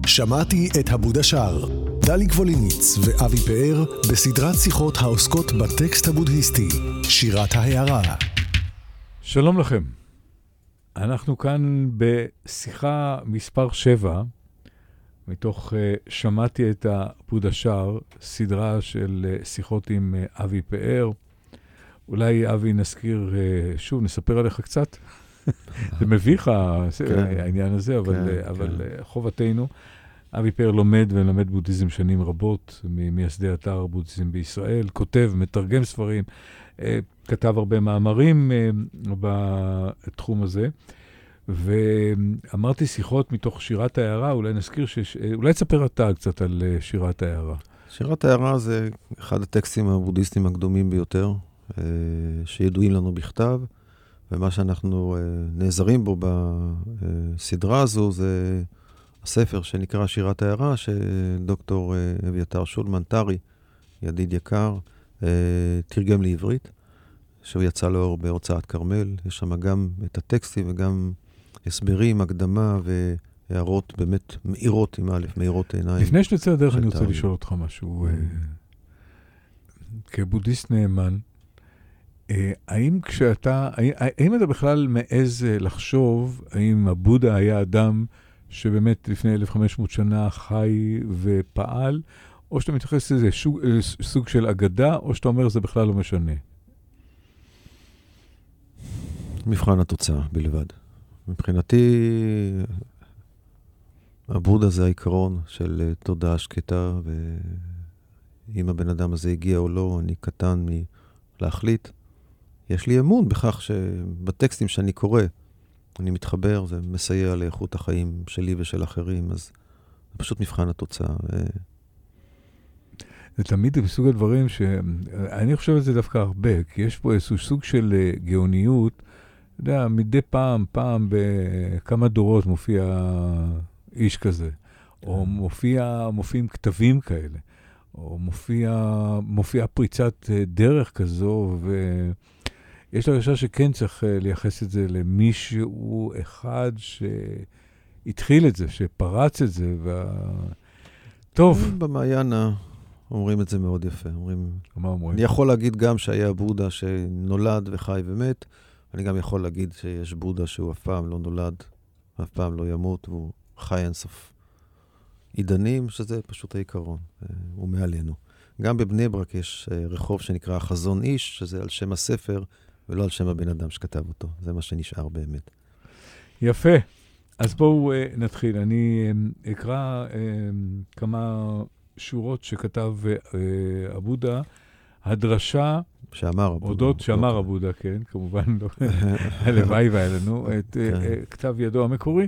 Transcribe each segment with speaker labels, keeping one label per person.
Speaker 1: שמעתי את הבודה שר. דלי גבוליניץ ואבי פאר בסדרת שיחות העוסקות בטקסט הבודהיסטי, שירת ההערה.
Speaker 2: שלום לכם. אנחנו כאן בשיחה מספר 7, מתוך שמעתי את הבודה שר, סדרה של שיחות עם אבי פאר. אולי אבי נזכיר, שוב נספר עליך קצת. זה מביך העניין הזה, אבל חובתנו. אבי פאר לומד ומלמד בודהיזם שנים רבות, ממייסדי אתר בודהיזם בישראל, כותב, מתרגם ספרים, כתב הרבה מאמרים בתחום הזה, ואמרתי שיחות מתוך שירת ההערה, אולי נזכיר, אולי תספר אתה קצת על שירת ההערה.
Speaker 3: שירת ההערה זה אחד הטקסטים הבודהיסטיים הקדומים ביותר, שידועים לנו בכתב, ומה שאנחנו נעזרים בו בסדרה הזו זה הספר שנקרא שירת ההערה, שדוקטור אביתר שולמן טרי, ידיד יקר, תרגם לעברית, שהוא יצא לאור בהוצאת כרמל. יש שם גם את הטקסטים וגם הסברים, הקדמה והערות באמת מאירות עם א', מאירות עיניים.
Speaker 2: לפני שנצא לדרך אני רוצה לשאול אותך משהו. כבודהיסט נאמן, האם אתה בכלל מעז לחשוב, האם הבודה היה אדם שבאמת לפני 1500 שנה חי ופעל, או שאתה מתייחס לזה סוג של אגדה, או שאתה אומר זה בכלל לא משנה?
Speaker 3: מבחן התוצאה בלבד. מבחינתי, הבודה זה העיקרון של תודעה שקטה, ואם הבן אדם הזה הגיע או לא, אני קטן מלהחליט. יש לי אמון בכך שבטקסטים שאני קורא, אני מתחבר, זה מסייע לאיכות החיים שלי ושל אחרים, אז זה פשוט מבחן התוצאה.
Speaker 2: זה תמיד בסוג הדברים שאני חושב על זה דווקא הרבה, כי יש פה איזשהו סוג של גאוניות, אתה יודע, מדי פעם בכמה דורות מופיע איש כזה, או מופיעים כתבים כאלה, או מופיע פריצת דרך כזו, יש לה רשעה שכן צריך לייחס את זה למישהו אחד שהתחיל את זה, שפרץ את זה, טוב.
Speaker 3: במעיין אומרים את זה מאוד יפה.
Speaker 2: מה אומרים?
Speaker 3: אני יכול להגיד גם שהיה בודה שנולד וחי ומת, אני גם יכול להגיד שיש בודה שהוא אף פעם לא נולד, אף פעם לא ימות, והוא חי אינסוף עידנים, שזה פשוט העיקרון, הוא מעלינו. גם בבני ברק יש רחוב שנקרא חזון איש, שזה על שם הספר, ולא על שם הבן אדם שכתב אותו. זה מה שנשאר באמת.
Speaker 2: יפה. אז בואו נתחיל. אני אקרא כמה שורות שכתב הבודה, הדרשה, שאמר הבודה, כן, כמובן, הלוואי והיה לנו, את כתב ידו המקורי,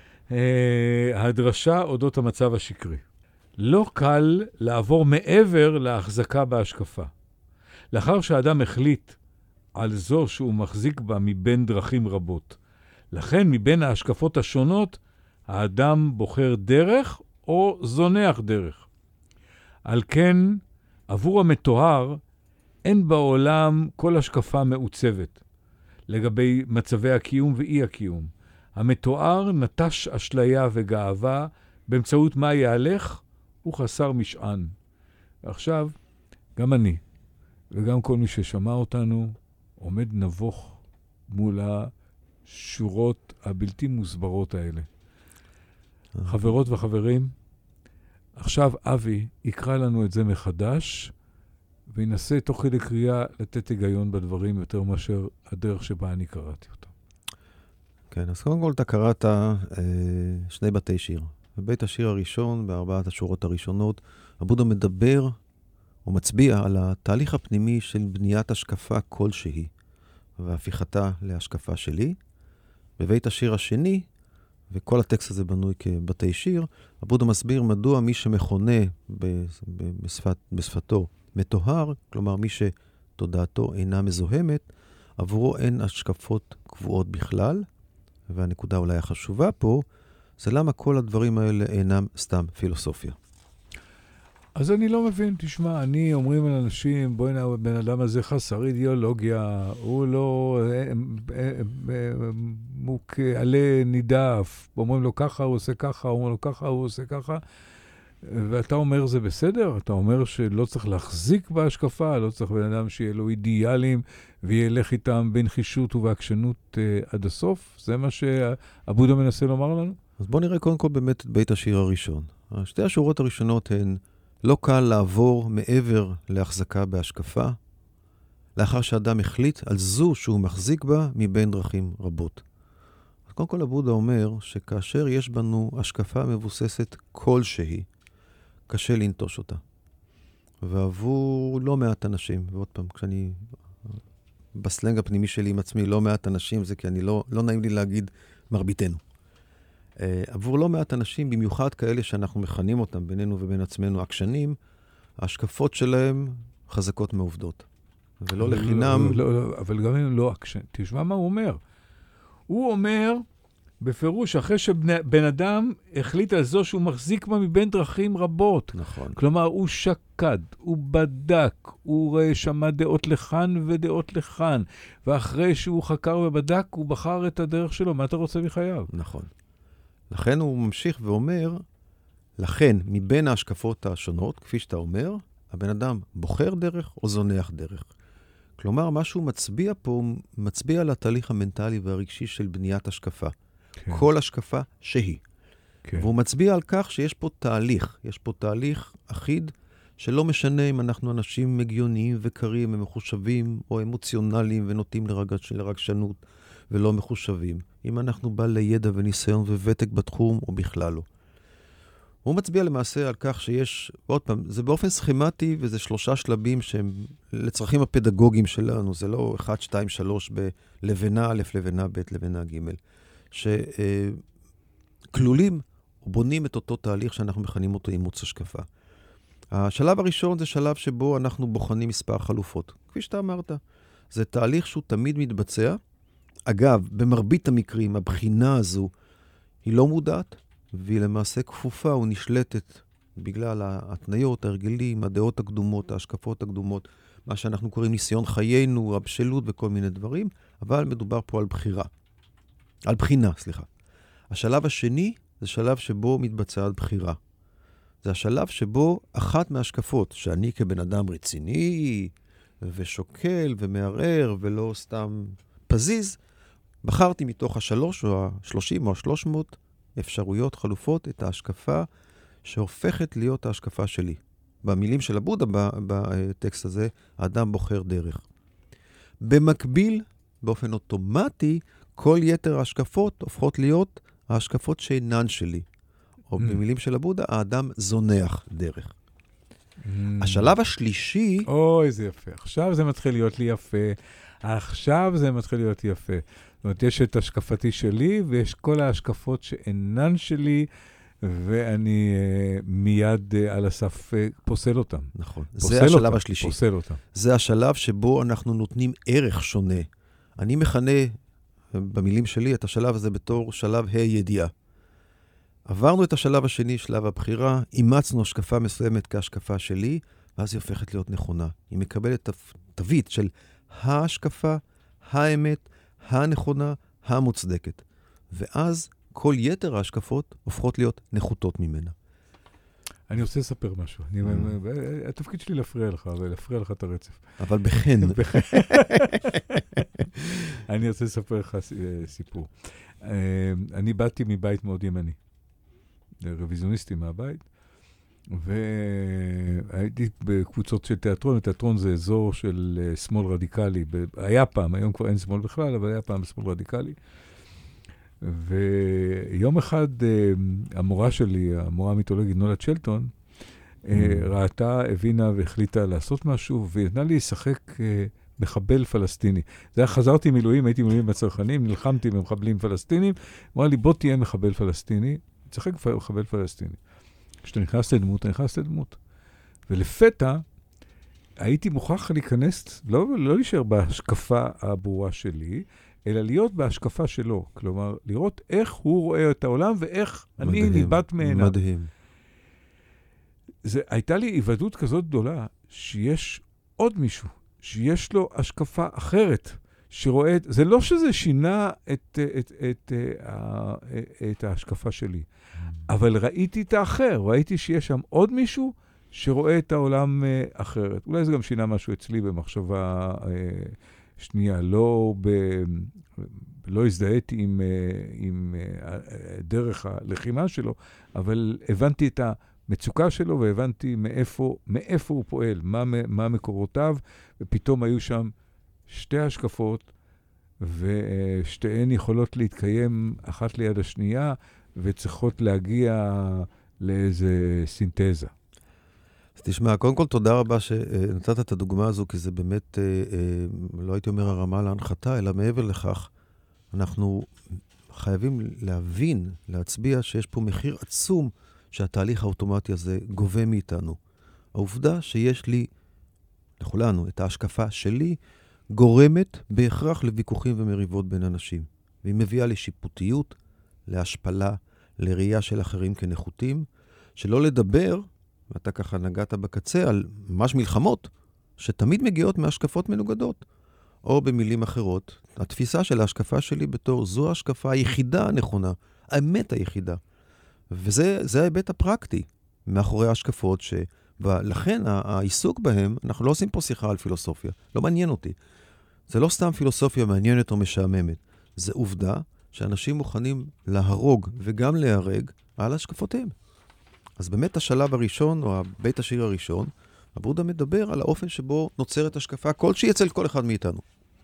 Speaker 2: הדרשה אודות המצב השקרי. לא קל לעבור מעבר להחזקה בהשקפה. לאחר שהאדם החליט על זו שהוא מחזיק בה מבין דרכים רבות. לכן מבין ההשקפות השונות, האדם בוחר דרך או זונח דרך. על כן, עבור המתואר, אין בעולם כל השקפה מעוצבת, לגבי מצבי הקיום ואי הקיום. המתואר נטש אשליה וגאווה, באמצעות מה יהלך, הוא חסר משען. ועכשיו, גם אני, וגם כל מי ששמע אותנו, עומד נבוך מול השורות הבלתי מוסברות האלה. חברות וחברים, עכשיו אבי יקרא לנו את זה מחדש, וינסה תוך כדי קריאה לתת היגיון בדברים יותר מאשר הדרך שבה אני קראתי אותו.
Speaker 3: כן, אז קודם כל אתה קראת שני בתי שיר. בבית השיר הראשון, בארבעת השורות הראשונות, הבודה מדבר או מצביע על התהליך הפנימי של בניית השקפה כלשהי, והפיכתה להשקפה שלי. בבית השיר השני, וכל הטקסט הזה בנוי כבתי שיר, הבודה מסביר מדוע מי שמכונה בשפתו מתוהר, כלומר מי שתודעתו אינה מזוהמת, עבורו אין השקפות קבועות בכלל, והנקודה אולי החשובה פה, זה למה כל הדברים האלה אינם סתם פילוסופיה.
Speaker 2: אז אני לא מבין, תשמע, אומרים על אנשים, בואי הנה, בן אדם הזה חסר אידיאולוגיה, הוא לא, הוא כעלה נידף, אומרים לו ככה, הוא עושה ככה, אומרים לו ככה, הוא עושה ככה, ואתה אומר זה בסדר? אתה אומר שלא צריך להחזיק בהשקפה, לא צריך בן אדם שיהיה לו אידיאלים, וילך איתם בנחישות ובעקשנות עד הסוף? זה מה שהבודה מנסה לומר לנו?
Speaker 3: אז בואו נראה קודם כל באמת את בית השיר הראשון. שתי השורות הראשונות הן, לא קל לעבור מעבר להחזקה בהשקפה, לאחר שאדם החליט על זו שהוא מחזיק בה מבין דרכים רבות. אז קודם כל הבודה אומר שכאשר יש בנו השקפה מבוססת כלשהי, קשה לנטוש אותה. ועבור לא מעט אנשים, ועוד פעם, כשאני בסלנג הפנימי שלי עם עצמי, לא מעט אנשים, זה כי אני לא נעים לי להגיד מרביתנו. עבור לא מעט אנשים, במיוחד כאלה שאנחנו מכנים אותם בינינו ובין עצמנו עקשנים, ההשקפות שלהם חזקות מעובדות. ולא לחינם...
Speaker 2: אבל גם אם לא עקשן, תשמע מה הוא אומר. הוא אומר, בפירוש, אחרי שבן אדם החליט על זו שהוא מחזיק בה מבין דרכים רבות.
Speaker 3: נכון.
Speaker 2: כלומר, הוא שקד, הוא בדק, הוא שמע דעות לכאן ודעות לכאן, ואחרי שהוא חקר ובדק, הוא בחר את הדרך שלו. מה אתה רוצה בחייו?
Speaker 3: נכון. לכן הוא ממשיך ואומר, לכן, מבין ההשקפות השונות, כפי שאתה אומר, הבן אדם בוחר דרך או זונח דרך. כלומר, מה שהוא מצביע פה, הוא מצביע על התהליך המנטלי והרגשי של בניית השקפה. כן. כל השקפה שהיא. כן. והוא מצביע על כך שיש פה תהליך. יש פה תהליך אחיד, שלא משנה אם אנחנו אנשים מגיוניים וקרים, הם מחושבים או אמוציונליים ונוטים לרגשנות ולא מחושבים. אם אנחנו בעלי ידע וניסיון וותק בתחום או בכלל לא. הוא מצביע למעשה על כך שיש, עוד פעם, זה באופן סכמטי וזה 3 שלבים שהם לצרכים הפדגוגיים שלנו, זה לא 1, 2, 3 בלבנה א', לבנה ב', לבנה ג', שכלולים או בונים את אותו תהליך שאנחנו מכנים אותו אימוץ השקפה. השלב הראשון זה שלב שבו אנחנו בוחנים מספר חלופות. כפי שאתה אמרת, זה תהליך שהוא תמיד מתבצע. אגב, במרבית המקרים, הבחינה הזו היא לא מודעת, והיא למעשה כפופה או נשלטת בגלל ההתניות, ההרגלים, הדעות הקדומות, ההשקפות הקדומות, מה שאנחנו קוראים ניסיון חיינו, הבשלות וכל מיני דברים, אבל מדובר פה על בחירה. על בחינה, סליחה. השלב השני זה שלב שבו מתבצעת בחירה. זה השלב שבו אחת מההשקפות, שאני כבן אדם רציני ושוקל ומערער ולא סתם פזיז, בחרתי מתוך 3 או 30 או 300 אפשרויות חלופות את ההשקפה שהופכת להיות ההשקפה שלי. במילים של הבודה בטקסט הזה, האדם בוחר דרך. במקביל, באופן אוטומטי, כל יתר ההשקפות הופכות להיות ההשקפות שאינן שלי. או במילים של הבודה, האדם זונח דרך. השלב השלישי...
Speaker 2: אוי, זה יפה. עכשיו זה מתחיל להיות לי יפה. עכשיו זה מתחיל להיות יפה. זאת אומרת, יש את השקפתי שלי, ויש כל ההשקפות שאינן שלי, ואני מיד על הסף פוסל אותם.
Speaker 3: נכון. זה השלב השלישי.
Speaker 2: פוסל אותם.
Speaker 3: זה השלב שבו אנחנו נותנים ערך שונה. אני מכנה, במילים שלי, את השלב הזה בתור שלב הידיעה. עברנו את השלב השני, שלב הבחירה, אימצנו השקפה מסוימת כהשקפה שלי, ואז היא הופכת להיות נכונה. היא מקבלת תווית של ההשקפה, האמת, הנכונה, המוצדקת. ואז כל יתר ההשקפות הופכות להיות נחותות ממנה.
Speaker 2: אני רוצה לספר משהו. התפקיד שלי להפריע לך, ולהפריע לך את הרצף.
Speaker 3: אבל בכן.
Speaker 2: אני רוצה לספר לך סיפור. אני באתי מבית מאוד ימני. רוויזיוניסטי מהבית, והייתי בקבוצות של תיאטרון. תיאטרון זה אזור של שמאל רדיקלי. היה פעם, היום כבר אין שמאל בכלל, אבל היה פעם שמאל רדיקלי. ויום אחד המורה שלי, המורה המיתולוגית נולה צ'לטון, ראתה, הבינה והחליטה לעשות משהו, ונתנה לי לשחק מחבל פלסטיני. זה היה, חזרתי מילואים, הייתי מילואים בצרכנים, נלחמתי במחבלים פלסטינים, אמרה לי, בוא תהיה מחבל פלסטיני, תשחק מחבל פלסטיני. כשאתה נכנס לדמות, אתה נכנס לדמות. ולפתע, הייתי מוכרח להיכנס, לא להישאר בהשקפה הברורה שלי, אלא להיות בהשקפה שלו. כלומר, לראות איך הוא רואה את העולם, ואיך אני ניבט מעיניו.
Speaker 3: מדהים.
Speaker 2: הייתה לי היוודעות כזאת גדולה, שיש עוד מישהו, שיש לו השקפה אחרת, שרואה, זה לא שזה שינה את ההשקפה שלי, אבל ראיתי את האחר, ראיתי שיש שם עוד מישהו שרואה את העולם אחרת. אולי זה גם שינה משהו אצלי במחשבה שנייה, לא הזדהיתי עם דרך הלחימה שלו, אבל הבנתי את המצוקה שלו והבנתי מאיפה הוא פועל, מה מקורותיו, ופתאום היו שם שתי השקפות, ושתיהן יכולות להתקיים אחת ליד השנייה, וצריכות להגיע לאיזה סינתזה.
Speaker 3: אז תשמע, קודם כל תודה רבה שנתת את הדוגמה הזו, כי זה באמת, לא הייתי אומר הרמה להנחתה, אלא מעבר לכך, אנחנו חייבים להבין, להצביע שיש פה מחיר עצום שהתהליך האוטומטי הזה גובה מאיתנו. העובדה שיש לי, לכולנו, את ההשקפה שלי, גורמת בהכרח לוויכוחים ומריבות בין אנשים. והיא מביאה לשיפוטיות, להשפלה, לראייה של אחרים כנחותים, שלא לדבר, ואתה ככה נגעת בקצה, על ממש מלחמות, שתמיד מגיעות מהשקפות מנוגדות. או במילים אחרות, התפיסה של ההשקפה שלי בתור, זו ההשקפה היחידה הנכונה, האמת היחידה. וזה ההיבט הפרקטי, מאחורי ההשקפות ולכן העיסוק בהם, אנחנו לא עושים פה שיחה על פילוסופיה, לא מעניין אותי. זה לא סתם פילוסופיה מעניינת או משעממת, זה עובדה שאנשים מוכנים להרוג וגם להיהרג על השקפותיהם. אז באמת השלב הראשון, או בית השיר הראשון, הבודה מדבר על האופן שבו נוצרת השקפה כלשהי אצל כל אחד מאיתנו.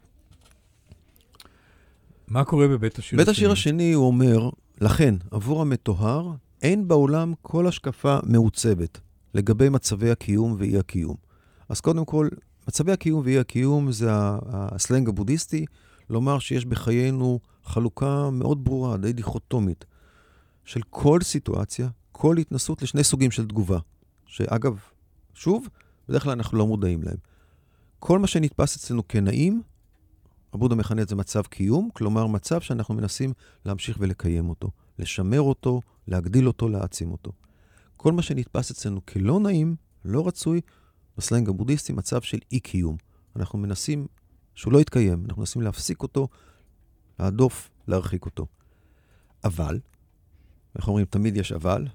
Speaker 2: מה קורה בבית השיר השני?
Speaker 3: בית השיר השני הוא אומר, לכן, עבור המטוהר, אין בעולם כל השקפה מעוצבת לגבי מצבי הקיום ואי הקיום. אז קודם כל, מצבי הקיום ואי הקיום זה הסלנג הבודהיסטי, לומר שיש בחיינו חלוקה מאוד ברורה, די דיכוטומית, של כל סיטואציה, כל התנסות לשני סוגים של תגובה. שאגב, שוב, בדרך כלל אנחנו לא מודעים להם. כל מה שנתפס אצלנו כנעים, הבודה מכנה את זה מצב קיום, כלומר מצב שאנחנו מנסים להמשיך ולקיים אותו, לשמר אותו, להגדיל אותו, להעצים אותו. כל מה שנתפס אצלנו כלא נעים, לא רצוי, בסלנג הבודהיסטי, מצב של אי-קיום. אנחנו מנסים שהוא לא יתקיים, אנחנו מנסים להפסיק אותו, להדוף, להרחיק אותו. אבל, אנחנו אומרים, תמיד יש אבל,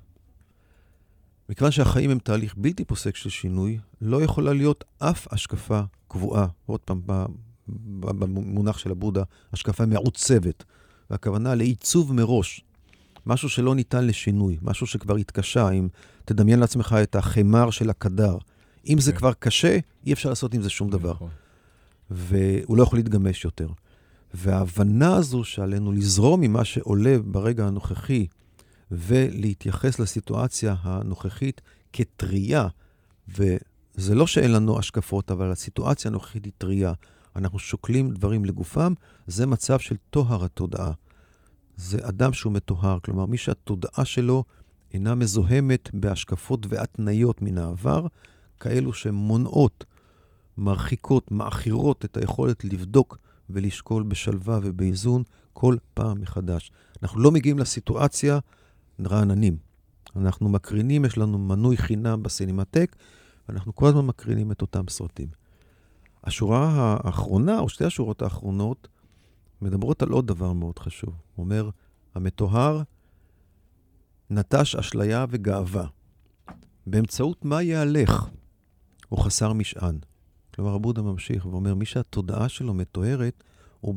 Speaker 3: מכיוון שהחיים הם תהליך בלתי פוסק של שינוי, לא יכולה להיות אף השקפה קבועה, עוד פעם, במונח של הבודה, השקפה מעוצבת, והכוונה לעיצוב מראש, משהו שלא ניתן לשינוי, משהו שכבר התקשה, אם תדמיין לעצמך את החמר של הקדר, אם זה כבר קשה, אי אפשר לעשות עם זה שום דבר. והוא לא יכול להתגמש יותר. וההבנה הזו שעלינו לזרום ממה שעולה ברגע הנוכחי, ולהתייחס לסיטואציה הנוכחית כטריה, וזה לא שאין לנו השקפות, אבל הסיטואציה הנוכחית היא טריה, אנחנו שוקלים דברים לגופם, זה מצב של טוהר התודעה. זה אדם שהוא מטוהר, כלומר מי שהתודעה שלו אינה מזוהמת בהשקפות והתניות מן העבר, כאלו שמונעות, מרחיקות, מאחירות את היכולת לבדוק ולשקול בשלווה ובאיזון כל פעם מחדש. אנחנו לא מגיעים לסיטואציה רעננים. אנחנו מקרינים, יש לנו מנוי חינם בסינמטק, ואנחנו כל הזמן מקרינים את אותם סרטים. השורה האחרונה, או שתי השורות האחרונות, מדברות על עוד דבר מאוד חשוב. הוא אומר, המטוהר נטש אשליה וגאווה. באמצעות מה יהלך? הוא חסר משען. כלומר, הבודה ממשיך ואומר, מי שהתודעה שלו מטוהרת, הוא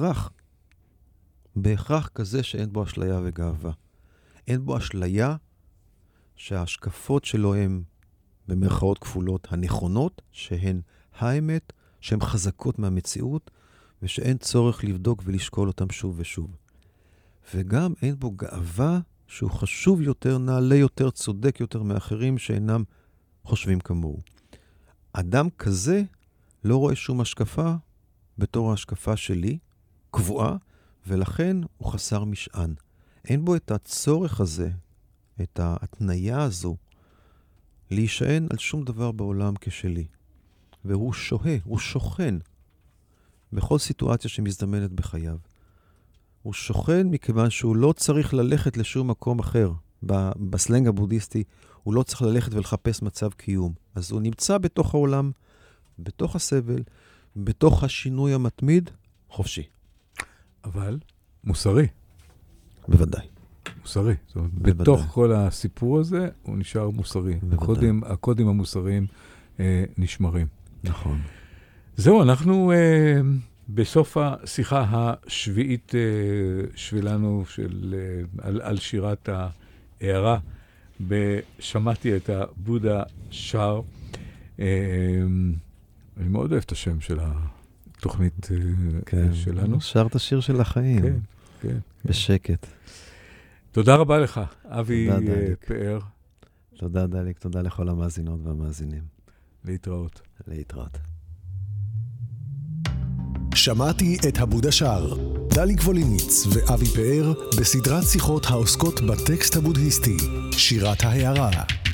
Speaker 3: בהכרח כזה שאין בו אשליה וגאווה. אין בו אשליה שההשקפות שלו הן במרכאות כפולות הנכונות, שהן האמת, שהן חזקות מהמציאות, ושאין צורך לבדוק ולשקול אותם שוב ושוב. וגם אין בו גאווה שהוא חשוב יותר, נעלה יותר, צודק יותר מאחרים שאינם חושבים כמוהו. אדם כזה לא רואה שום השקפה בתור ההשקפה שלי, קבועה, ולכן הוא חסר משען. אין בו את הצורך הזה, את ההתניה הזו, להישען על שום דבר בעולם כשלי. והוא שוהה, הוא שוכן בכל סיטואציה שמזדמנת בחייו. הוא שוכן מכיוון שהוא לא צריך ללכת לשום מקום אחר. בסלנג הבודהיסטי הוא לא צריך ללכת ולחפש מצב קיום. אז הוא נמצא בתוך העולם, בתוך הסבל, בתוך השינוי המתמיד, חופשי.
Speaker 2: אבל מוסרי.
Speaker 3: בוודאי.
Speaker 2: מוסרי. זאת אומרת,
Speaker 3: בוודאי.
Speaker 2: בתוך כל הסיפור הזה, הוא נשאר מוסרי. הקודים המוסריים נשמרים.
Speaker 3: נכון.
Speaker 2: זהו, אנחנו בסוף השיחה השביעית שלנו על שירת הערה, שמעתי את הבודה שר. אני מאוד אוהב את השם של התוכנית שלנו.
Speaker 3: שר את השיר של החיים.
Speaker 2: כן, כן.
Speaker 3: בשקט.
Speaker 2: תודה רבה לך, אבי פאר.
Speaker 3: תודה, דליק. תודה לכל המאזינות והמאזינים.
Speaker 2: להתראות.
Speaker 3: להתראות.
Speaker 1: שמעתי את הבודה שר. דליק ווליניץ ואבי פאר בסדרת שיחות העוסקות בטקסט הבודהיסטי, שירת ההערה.